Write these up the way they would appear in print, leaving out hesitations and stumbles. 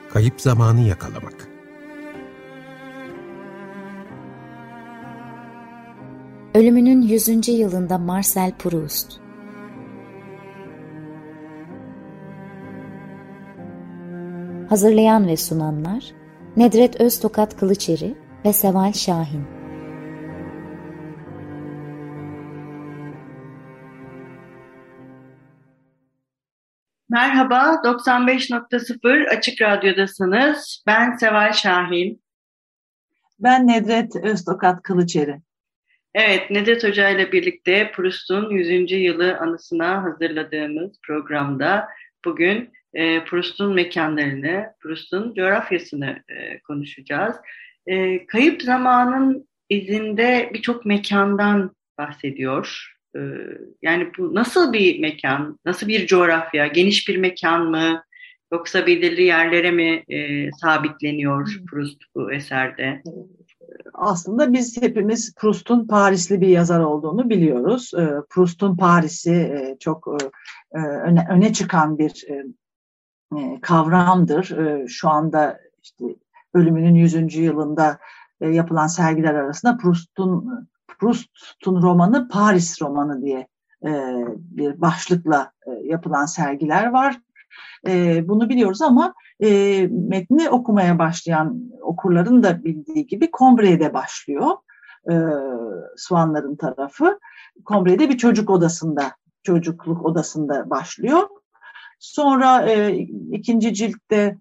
Kayıp zamanı yakalamak. Ölümünün 100. yılında Marcel Proust. Hazırlayan ve sunanlar Nedret Öztokat Kılıçeri ve Seval Şahin. Merhaba, 95.0 Açık Radyo'dasınız. Ben Seval Şahin. Ben Nedret Öztokat Kılıçeri. Evet, Nedret Hoca ile birlikte Proust'un 100. yılı anısına hazırladığımız programda bugün Proust'un mekanlarını, Proust'un coğrafyasını konuşacağız. Kayıp zamanın izinde birçok mekandan bahsediyor. Yani bu nasıl bir mekan, nasıl bir coğrafya, geniş bir mekan mı, yoksa belirli yerlere mi sabitleniyor Proust bu eserde? Aslında biz hepimiz Proust'un Parisli bir yazar olduğunu biliyoruz. Proust'un Paris'i çok öne çıkan bir kavramdır. Şu anda işte ölümünün 100. yılında yapılan sergiler arasında Proust'un romanı Paris romanı diye bir başlıkla yapılan sergiler var. Bunu biliyoruz ama metni okumaya başlayan okurların da bildiği gibi Combre'de başlıyor. Swanların tarafı. Combre'de bir çocukluk odasında başlıyor. Sonra ikinci ciltte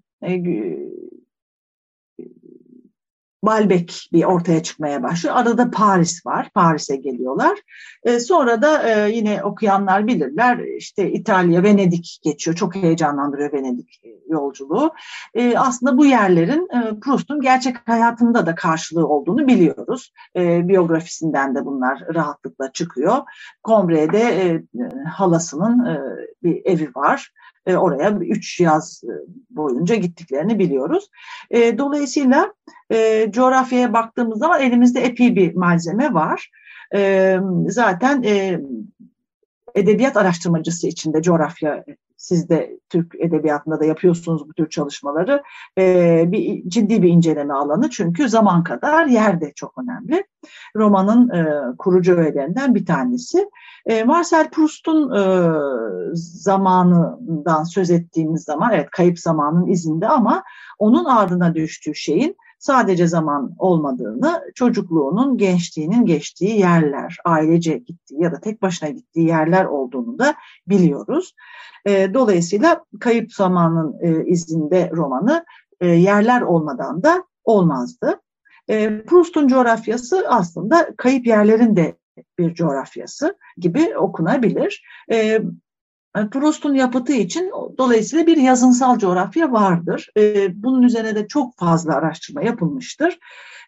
Balbec bir ortaya çıkmaya başlıyor. Arada Paris var. Paris'e geliyorlar. Sonra da yine okuyanlar bilirler. İşte İtalya, Venedik geçiyor. Çok heyecanlandırıyor Venedik yolculuğu. Aslında bu yerlerin Proust'un gerçek hayatında da karşılığı olduğunu biliyoruz. Biyografisinden de bunlar rahatlıkla çıkıyor. Combre'de halasının bir evi var. Oraya 3 yaz boyunca gittiklerini biliyoruz. Dolayısıyla coğrafyaya baktığımız zaman elimizde epey bir malzeme var. Zaten edebiyat araştırmacısı için de coğrafya, siz de Türk edebiyatında da yapıyorsunuz bu tür çalışmaları, ciddi bir inceleme alanı, çünkü zaman kadar yer de çok önemli. Romanın kurucu öğelerinden bir tanesi. Marcel Proust'un zamanından söz ettiğimiz zaman, evet, kayıp zamanın izinde, ama onun ardına düştüğü şeyin sadece zaman olmadığını, çocukluğunun, gençliğinin geçtiği yerler, ailece gittiği ya da tek başına gittiği yerler olduğunu da biliyoruz. Dolayısıyla kayıp zamanın izinde romanı yerler olmadan da olmazdı. Proust'un coğrafyası aslında kayıp yerlerin de bir coğrafyası gibi okunabilir. Proust'un yapıtı için dolayısıyla bir yazınsal coğrafya vardır. Bunun üzerine de çok fazla araştırma yapılmıştır.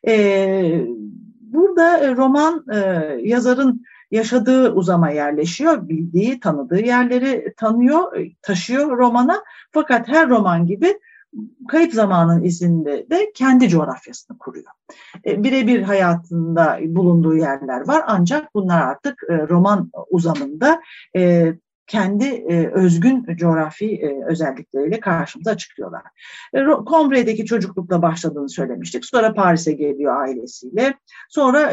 Burada roman yazarın yaşadığı uzama yerleşiyor, bildiği, tanıdığı yerleri taşıyor romana. Fakat her roman gibi kayıp zamanın izinde de kendi coğrafyasını kuruyor. Birebir hayatında bulunduğu yerler var, ancak bunlar artık roman uzamında kendi özgün coğrafi özellikleriyle karşımıza çıkıyorlar. Combre'deki çocuklukla başladığını söylemiştik. Sonra Paris'e geliyor ailesiyle. Sonra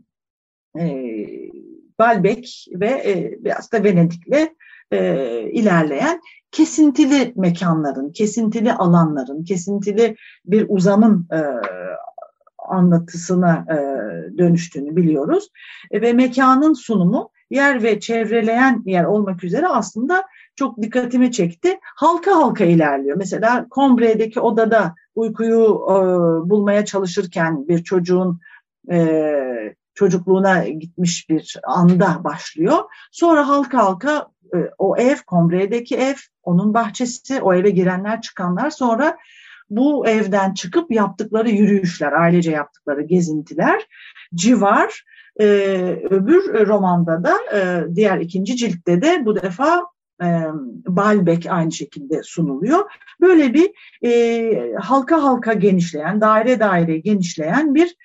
Balbec ve biraz da Venedik'le ilerleyen kesintili mekanların, kesintili alanların, kesintili bir uzamın anlatısına dönüştüğünü biliyoruz. Ve mekanın sunumu yer ve çevreleyen yer olmak üzere aslında çok dikkatimi çekti. Halka halka ilerliyor. Mesela Combre'deki odada uykuyu bulmaya çalışırken bir çocuğun çocukluğuna gitmiş bir anda başlıyor. Sonra halka halka o ev, Combre'deki ev, onun bahçesi, o eve girenler çıkanlar, sonra bu evden çıkıp yaptıkları yürüyüşler, ailece yaptıkları gezintiler, civar. Öbür romanda da diğer ikinci ciltte de bu defa Balbec aynı şekilde sunuluyor. Böyle bir halka halka genişleyen, daire daire genişleyen bir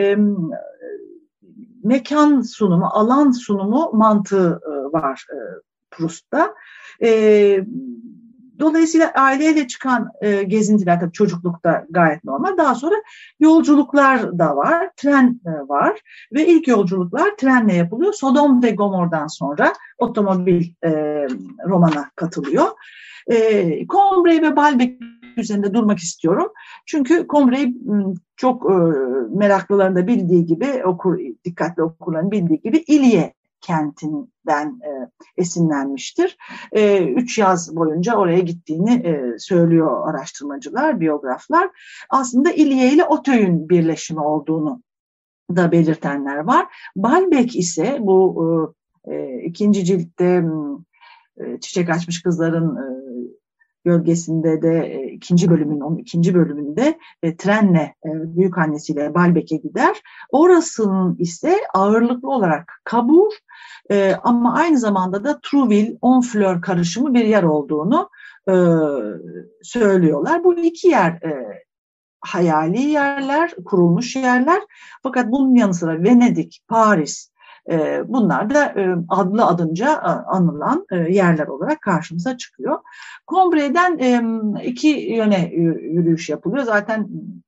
mekan sunumu, alan sunumu mantığı var Proust'ta. Dolayısıyla aileyle çıkan gezintiler tabii çocuklukta gayet normal. Daha sonra yolculuklar da var, tren var ve ilk yolculuklar trenle yapılıyor. Sodom ve Gomor'dan sonra otomobil romana katılıyor. Combray ve Balbec üzerinde durmak istiyorum. Çünkü Combray çok meraklıların da bildiği gibi, dikkatli okurların bildiği gibi İlye kentinden esinlenmiştir. 3 yaz boyunca oraya gittiğini söylüyor araştırmacılar, biyograflar. Aslında İlye ile Auteuil'ün birleşimi olduğunu da belirtenler var. Balbec ise bu ikinci ciltte Çiçek Açmış Kızların Gölgesinde de onun ikinci bölümünde trenle büyükannesiyle Balbec'e gider. Orasının ise ağırlıklı olarak Cabourg ama aynı zamanda da Trouville, Honfleur karışımı bir yer olduğunu söylüyorlar. Bu iki yer hayali yerler, kurulmuş yerler. Fakat bunun yanı sıra Venedik, Paris, bunlar da adlı adınca anılan yerler olarak karşımıza çıkıyor. Combray'den iki yöne yürüyüş yapılıyor. Zaten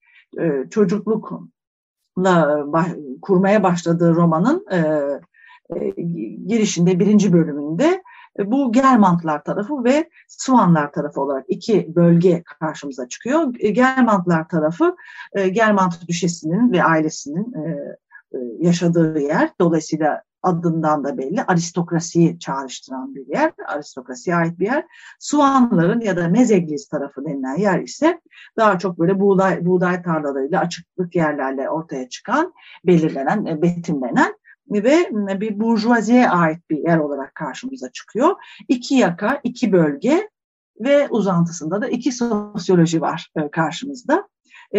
çocuklukla kurmaya başladığı romanın girişinde, birinci bölümünde bu Germantlar tarafı ve Swanlar tarafı olarak iki bölge karşımıza çıkıyor. Germantlar tarafı Germant Düşesi'nin ve ailesinin yaşadığı yer. Dolayısıyla adından da belli, aristokrasiyi çağrıştıran bir yer, aristokrasiye ait bir yer. Swanların ya da Mezegliz tarafı denilen yer ise daha çok böyle buğday tarlalarıyla, açıklık yerlerle ortaya çıkan, belirlenen, betimlenen ve bir burjuvaziye ait bir yer olarak karşımıza çıkıyor. İki yaka, iki bölge ve uzantısında da iki sosyoloji var karşımızda.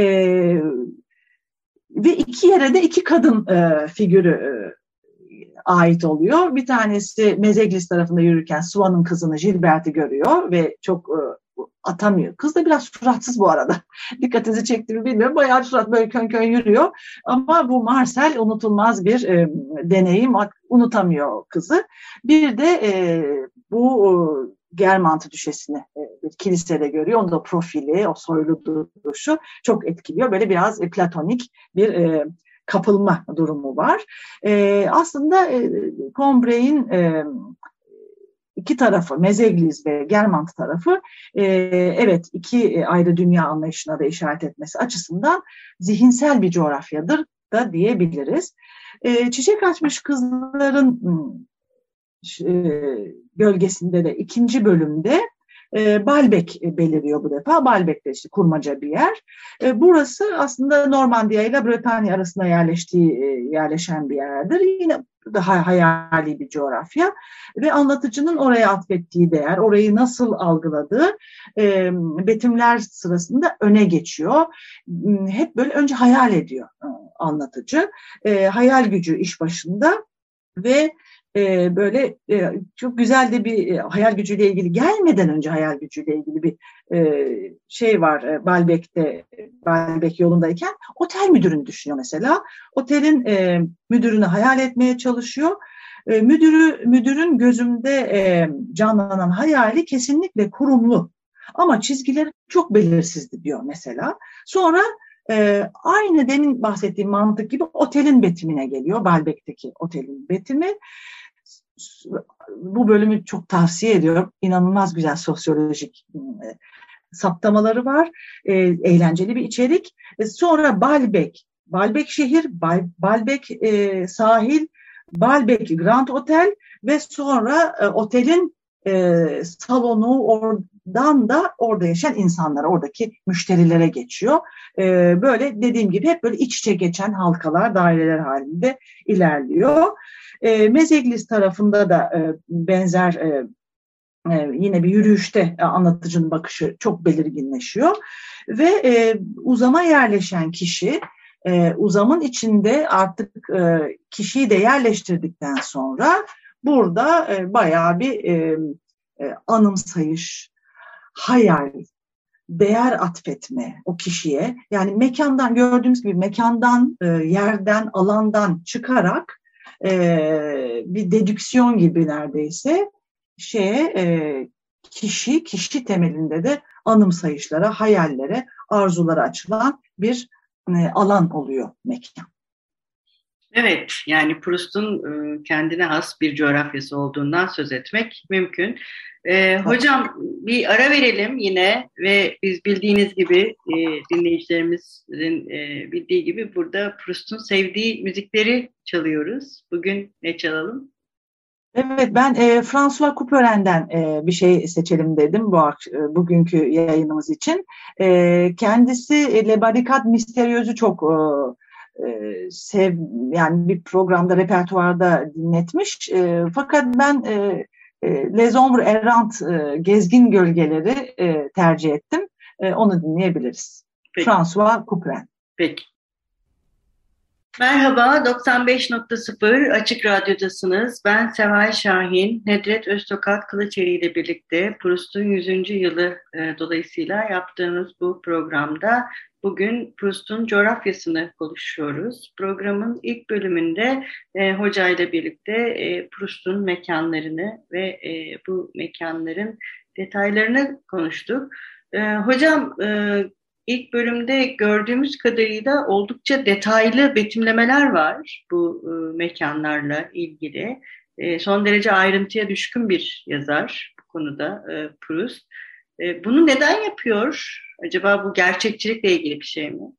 Ve iki yere de iki kadın figürü ait oluyor. Bir tanesi Mezegliz tarafında yürürken Swan'ın kızını Gilbert'i görüyor ve çok atamıyor. Kız da biraz suratsız bu arada. Dikkatinizi çekti mi bilmiyorum. Bayağı surat böyle kön kön yürüyor. Ama bu Marcel unutulmaz bir deneyim. Unutamıyor kızı. Bir de bu Germant Düşesi'ni bir kilisede görüyor. Onun da profili, o soylu duruşu çok etkiliyor. Böyle biraz platonik bir kapılma durumu var. Aslında Combray'in iki tarafı, Mezegliz ve Germant tarafı, evet iki ayrı dünya anlayışına da işaret etmesi açısından zihinsel bir coğrafyadır da diyebiliriz. Çiçek Açmış Kızların Gölgesinde de ikinci bölümde Balbec beliriyor bu defa. Balbec de işte kurmaca bir yer. Burası aslında Normandiya ile Bretanya arasında yerleşen bir yerdir. Yine daha hayali bir coğrafya ve anlatıcının oraya atfettiği değer, orayı nasıl algıladığı betimler sırasında öne geçiyor. Hep böyle önce hayal ediyor anlatıcı. Hayal gücü iş başında ve böyle çok güzel de bir hayal gücüyle ilgili, gelmeden önce hayal gücüyle ilgili bir şey var Balbec yolundayken. Otel müdürünü düşünüyor mesela. Otelin müdürünü hayal etmeye çalışıyor. Müdürün gözümde canlanan hayali kesinlikle kurumlu. Ama çizgileri çok belirsizdi diyor mesela. Sonra aynı demin bahsettiğim mantık gibi otelin betimine geliyor. Balbec'teki otelin betimi. Bu bölümü çok tavsiye ediyorum. İnanılmaz güzel sosyolojik saptamaları var. Eğlenceli bir içerik. Sonra Balbec şehir, Balbec sahil, Balbec Grand Otel ve sonra otelin salonu, oradan da orada yaşayan insanlara, oradaki müşterilere geçiyor. Böyle dediğim gibi hep böyle iç içe geçen halkalar, daireler halinde ilerliyor. Mezegliz tarafında da benzer yine bir yürüyüşte anlatıcının bakışı çok belirginleşiyor. Ve uzama yerleşen kişi, uzamın içinde artık kişiyi de yerleştirdikten sonra burada bayağı bir anımsayış, hayal, değer atfetme o kişiye. Yani mekandan, gördüğümüz gibi mekandan, yerden, alandan çıkarak bir dedüksiyon gibi neredeyse kişi temelinde de anımsayışlara, hayallere, arzulara açılan bir alan oluyor mekan. Evet, yani Proust'un kendine has bir coğrafyası olduğundan söz etmek mümkün. Hocam bir ara verelim yine ve biz bildiğiniz gibi dinleyicilerimizin bildiği gibi burada Proust'un sevdiği müzikleri çalıyoruz. Bugün ne çalalım? Evet, ben François Couperin'den bir şey seçelim dedim bugünkü yayınımız için. Kendisi Le Barricade Mystérieuse'ü çok yani bir programda, repertuarda dinletmiş. Fakat ben Les Ombres Errantes, Gezgin Gölgeleri tercih ettim. Onu dinleyebiliriz. Peki. François Couperin. Peki. Merhaba, 95.0 Açık Radyo'dasınız. Ben Seval Şahin, Nedret Öztokat Kılıçeri ile birlikte Proust'un 100. yılı dolayısıyla yaptığımız bu programda bugün Proust'un coğrafyasını konuşuyoruz. Programın ilk bölümünde Hoca ile birlikte Proust'un mekanlarını ve bu mekanların detaylarını konuştuk. Hocam, İlk bölümde gördüğümüz kadarıyla oldukça detaylı betimlemeler var bu mekanlarla ilgili. Son derece ayrıntıya düşkün bir yazar bu konuda Proust. Bunu neden yapıyor? Acaba bu gerçekçilikle ilgili bir şey mi?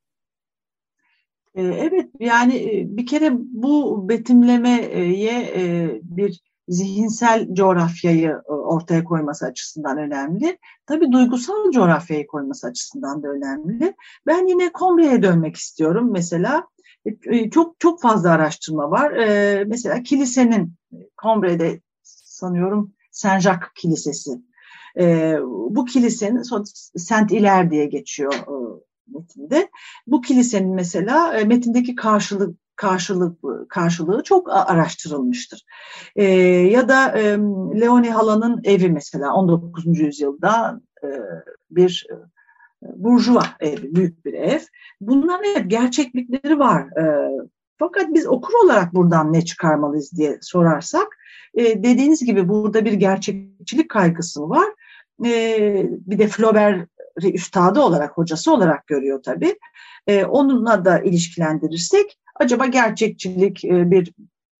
Evet, yani bir kere bu betimlemeye bir zihinsel coğrafyayı ortaya koyması açısından önemli. Tabii duygusal coğrafyayı koyması açısından da önemli. Ben yine Combre'ye dönmek istiyorum mesela. Çok fazla araştırma var. Mesela kilisenin, Combre'de sanıyorum Saint-Jacques Kilisesi. Bu kilisenin Saint-Hilaire diye geçiyor metinde. Bu kilisenin mesela metindeki karşılığı çok araştırılmıştır. Ya da Leonie Hala'nın evi mesela 19. yüzyılda bir burjuva evi, büyük bir ev. Bunların hep gerçeklikleri var. Fakat biz okur olarak buradan ne çıkarmalıyız diye sorarsak, dediğiniz gibi burada bir gerçekçilik kaygısı var. Bir de Flaubert'i üstadı olarak, hocası olarak görüyor tabii. Onunla da ilişkilendirirsek, acaba gerçekçilik bir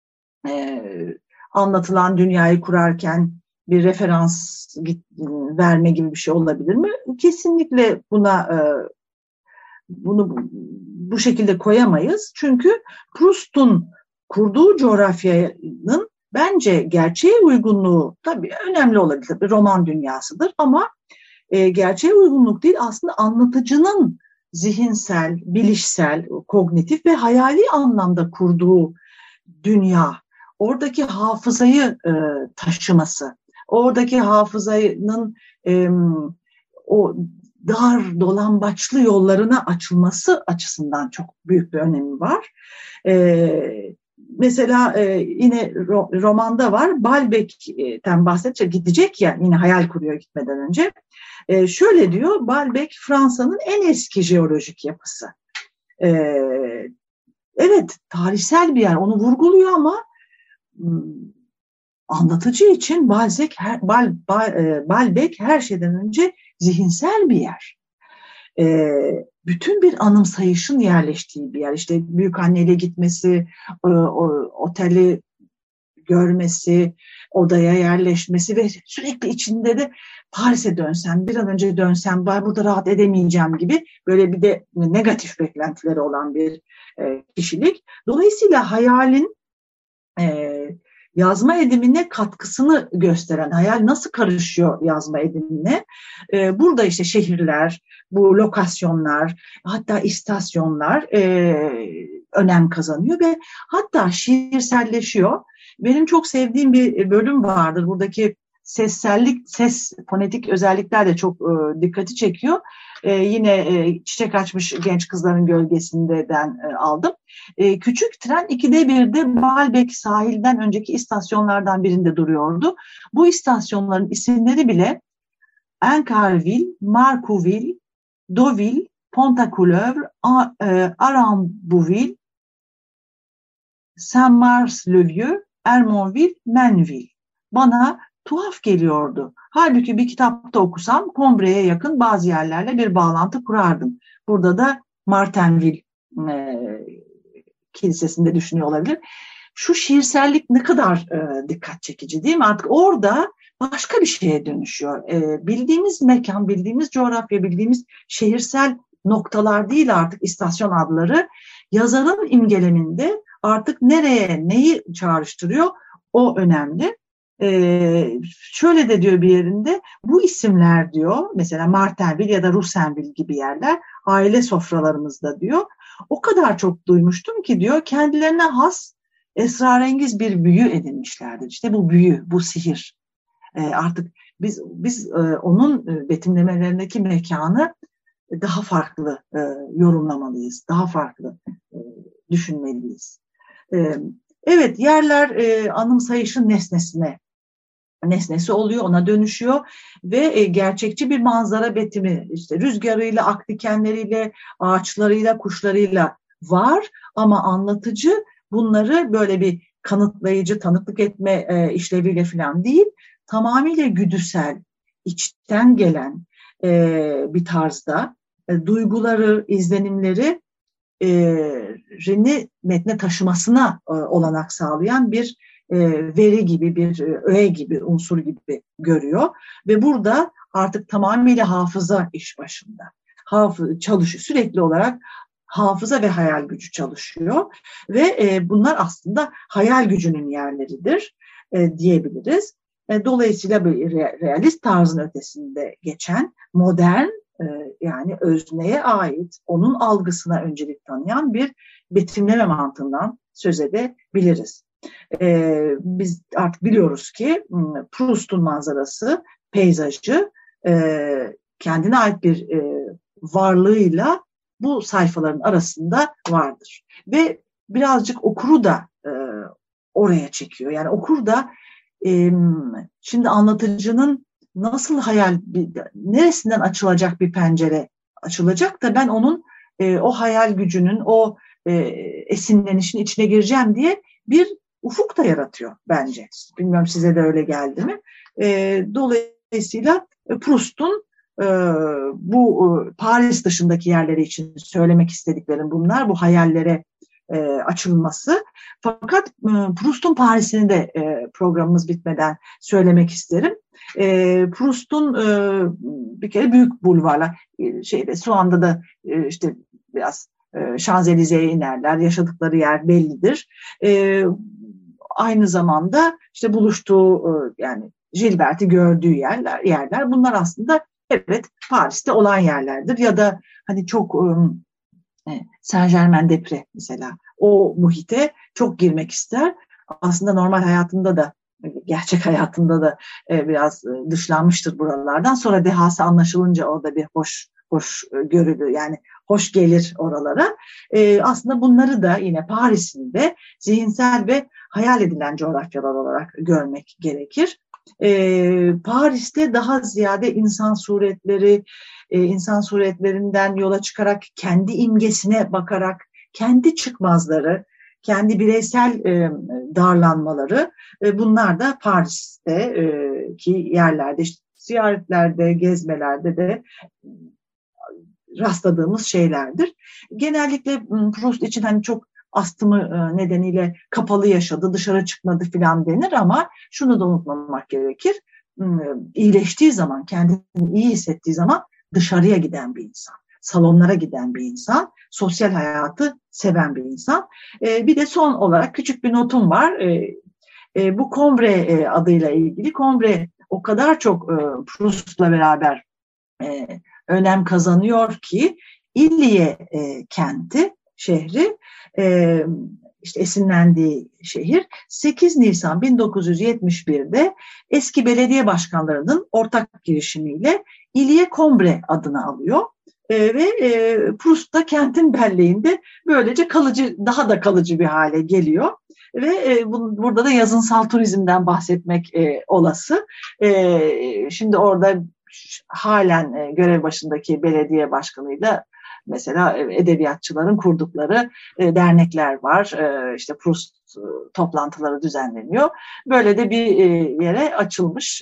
anlatılan dünyayı kurarken bir referans verme gibi bir şey olabilir mi? Kesinlikle bunu bu şekilde koyamayız. Çünkü Proust'un kurduğu coğrafyanın bence gerçeğe uygunluğu tabii önemli olabilir. Bir roman dünyasıdır ama gerçeğe uygunluk değil, aslında anlatıcının zihinsel, bilişsel, kognitif ve hayali anlamda kurduğu dünya, oradaki hafızayı taşıması, oradaki hafızanın o dar dolambaçlı yollarına açılması açısından çok büyük bir önemi var. Mesela yine romanda var, Balbek'ten bahsedince gidecek ya, yine hayal kuruyor gitmeden önce. Şöyle diyor, Balbek Fransa'nın en eski jeolojik yapısı. Evet, tarihsel bir yer, onu vurguluyor ama anlatıcı için Balbek her şeyden önce zihinsel bir yer. Bütün bir anımsayışın yerleştiği bir yer. İşte büyükanneyle gitmesi, oteli görmesi, odaya yerleşmesi ve sürekli içinde de Paris'e dönsem, bir an önce dönsem, burada rahat edemeyeceğim gibi böyle bir de negatif beklentileri olan bir kişilik. Dolayısıyla hayalin yazma edimine katkısını gösteren, hayal nasıl karışıyor yazma edimine? Burada işte şehirler, bu lokasyonlar, hatta istasyonlar önem kazanıyor ve hatta şiirselleşiyor. Benim çok sevdiğim bir bölüm vardır. Buradaki ses fonetik özellikler de çok dikkati çekiyor. Yine Çiçek Açmış Genç Kızların Gölgesi'nden aldım. Küçük tren 2'de 1'de Balbec sahilden önceki istasyonlardan birinde duruyordu. Bu istasyonların isimleri bile Encarville, Marcouville, Deauville, Pontacouleur, Arambouville, Saint-Mars-le-Vieux, Hermonville, Menville. Bana tuhaf geliyordu. Halbuki bir kitapta okusam Combre'ye yakın bazı yerlerle bir bağlantı kurardım. Burada da Martainville Kilisesi'nde düşünüyor olabilir. Şu şiirsellik ne kadar dikkat çekici değil mi? Artık orada başka bir şeye dönüşüyor. Bildiğimiz mekan, bildiğimiz coğrafya, bildiğimiz şehirsel noktalar değil artık istasyon adları. Yazarın imgeleminde artık nereye neyi çağrıştırıyor o önemli. Şöyle de diyor bir yerinde, bu isimler diyor mesela Martainville ya da Roussainville gibi yerler aile sofralarımızda diyor. O kadar çok duymuştum ki diyor kendilerine has esrarengiz bir büyü edinmişlerdir. İşte bu büyü, bu sihir. Artık biz onun betimlemelerindeki mekanı daha farklı yorumlamalıyız, daha farklı düşünmeliyiz. Evet, yerler anımsayışın nesnesi oluyor, ona dönüşüyor ve gerçekçi bir manzara betimi, işte rüzgarıyla, akdikenleriyle, ağaçlarıyla, kuşlarıyla var ama anlatıcı bunları böyle bir kanıtlayıcı, tanıklık etme işleviyle falan değil, tamamıyla güdüsel, içten gelen bir tarzda duyguları, izlenimleri metne taşımasına olanak sağlayan bir veri gibi, bir öğe gibi, unsur gibi görüyor. Ve burada artık tamamıyla hafıza iş başında. Çalışıyor. Sürekli olarak hafıza ve hayal gücü çalışıyor. Ve bunlar aslında hayal gücünün yerleridir diyebiliriz. Dolayısıyla bir realist tarzın ötesinde geçen modern, yani özneye ait, onun algısına öncelik tanıyan bir betimleme mantığından söz edebiliriz. Biz artık biliyoruz ki Proust'un manzarası, peyzajı kendine ait bir varlığıyla bu sayfaların arasında vardır. Ve birazcık okuru da oraya çekiyor. Yani okur da şimdi anlatıcının nasıl neresinden açılacak bir pencere açılacak da ben onun o hayal gücünün, o esinlenişin içine gireceğim diye bir ufuk da yaratıyor bence. Bilmiyorum size de öyle geldi mi? Dolayısıyla Proust'un bu Paris dışındaki yerleri için söylemek istediklerim bunlar, bu hayallere açılması. Fakat Proust'un Paris'ini de programımız bitmeden söylemek isterim. Proust'un bir kere büyük bulvarlar, şu anda da işte biraz Şanzelize'ye inerler, yaşadıkları yer bellidir. Aynı zamanda işte buluştuğu, yani Gilbert'i gördüğü yerler bunlar aslında evet Paris'te olan yerlerdir. Ya da hani çok Saint-Germain-des-Prés mesela o muhite çok girmek ister. Aslında normal hayatında da, gerçek hayatında da biraz dışlanmıştır buralardan. Sonra dehası anlaşılınca orada bir hoş görülür, yani hoş gelir oralara. Aslında bunları da yine Paris'in de zihinsel ve hayal edilen coğrafyalar olarak görmek gerekir. Paris'te daha ziyade insan suretlerinden yola çıkarak, kendi imgesine bakarak, kendi çıkmazları, kendi bireysel darlanmaları, bunlar da Paris'teki yerlerde, işte ziyaretlerde, gezmelerde de rastladığımız şeylerdir. Genellikle Proust için hani çok astımı nedeniyle kapalı yaşadı, dışarı çıkmadı filan denir ama şunu da unutmamak gerekir. İyileştiği zaman, kendini iyi hissettiği zaman dışarıya giden bir insan, salonlara giden bir insan, sosyal hayatı seven bir insan. Bir de son olarak küçük bir notum var. Bu Combre adıyla ilgili. Combre o kadar çok Proust'la beraber önem kazanıyor ki İlliye kenti, şehri, işte esinlendiği şehir 8 Nisan 1971'de eski belediye başkanlarının ortak girişimiyle İlliye Combre adını alıyor. Ve Proust da kentin belleğinde böylece daha da kalıcı bir hale geliyor. Ve burada da yazınsal turizmden bahsetmek olası. Şimdi orada halen görev başındaki belediye başkanıyla mesela edebiyatçıların kurdukları dernekler var. İşte Proust toplantıları düzenleniyor. Böyle de bir yere açılmış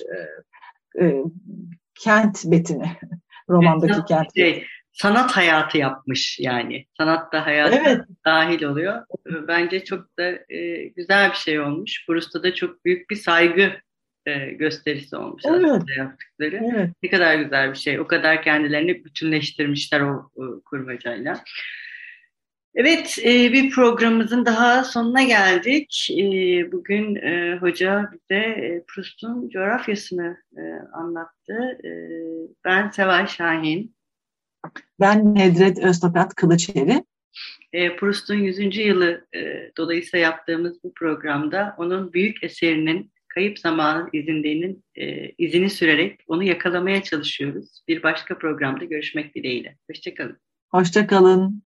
kent betini, romandaki kent betini. Sanat hayatı yapmış yani. Sanat da hayata Evet. dahil oluyor. Bence çok da güzel bir şey olmuş. Proust'a da çok büyük bir saygı gösterisi olmuş aslında yaptıkları. Evet. Ne kadar güzel bir şey. O kadar kendilerini bütünleştirmişler o kurmacayla. Evet, bir programımızın daha sonuna geldik. Bugün hoca bize Proust'un coğrafyasını anlattı. Ben Seval Şahin. Ben Nedret Öztokat Kılıçeri. Proust'un 100. yılı dolayısıyla yaptığımız bu programda onun büyük eserinin Kayıp Zamanın izini sürerek onu yakalamaya çalışıyoruz. Bir başka programda görüşmek dileğiyle. Hoşça kalın. Hoşça kalın.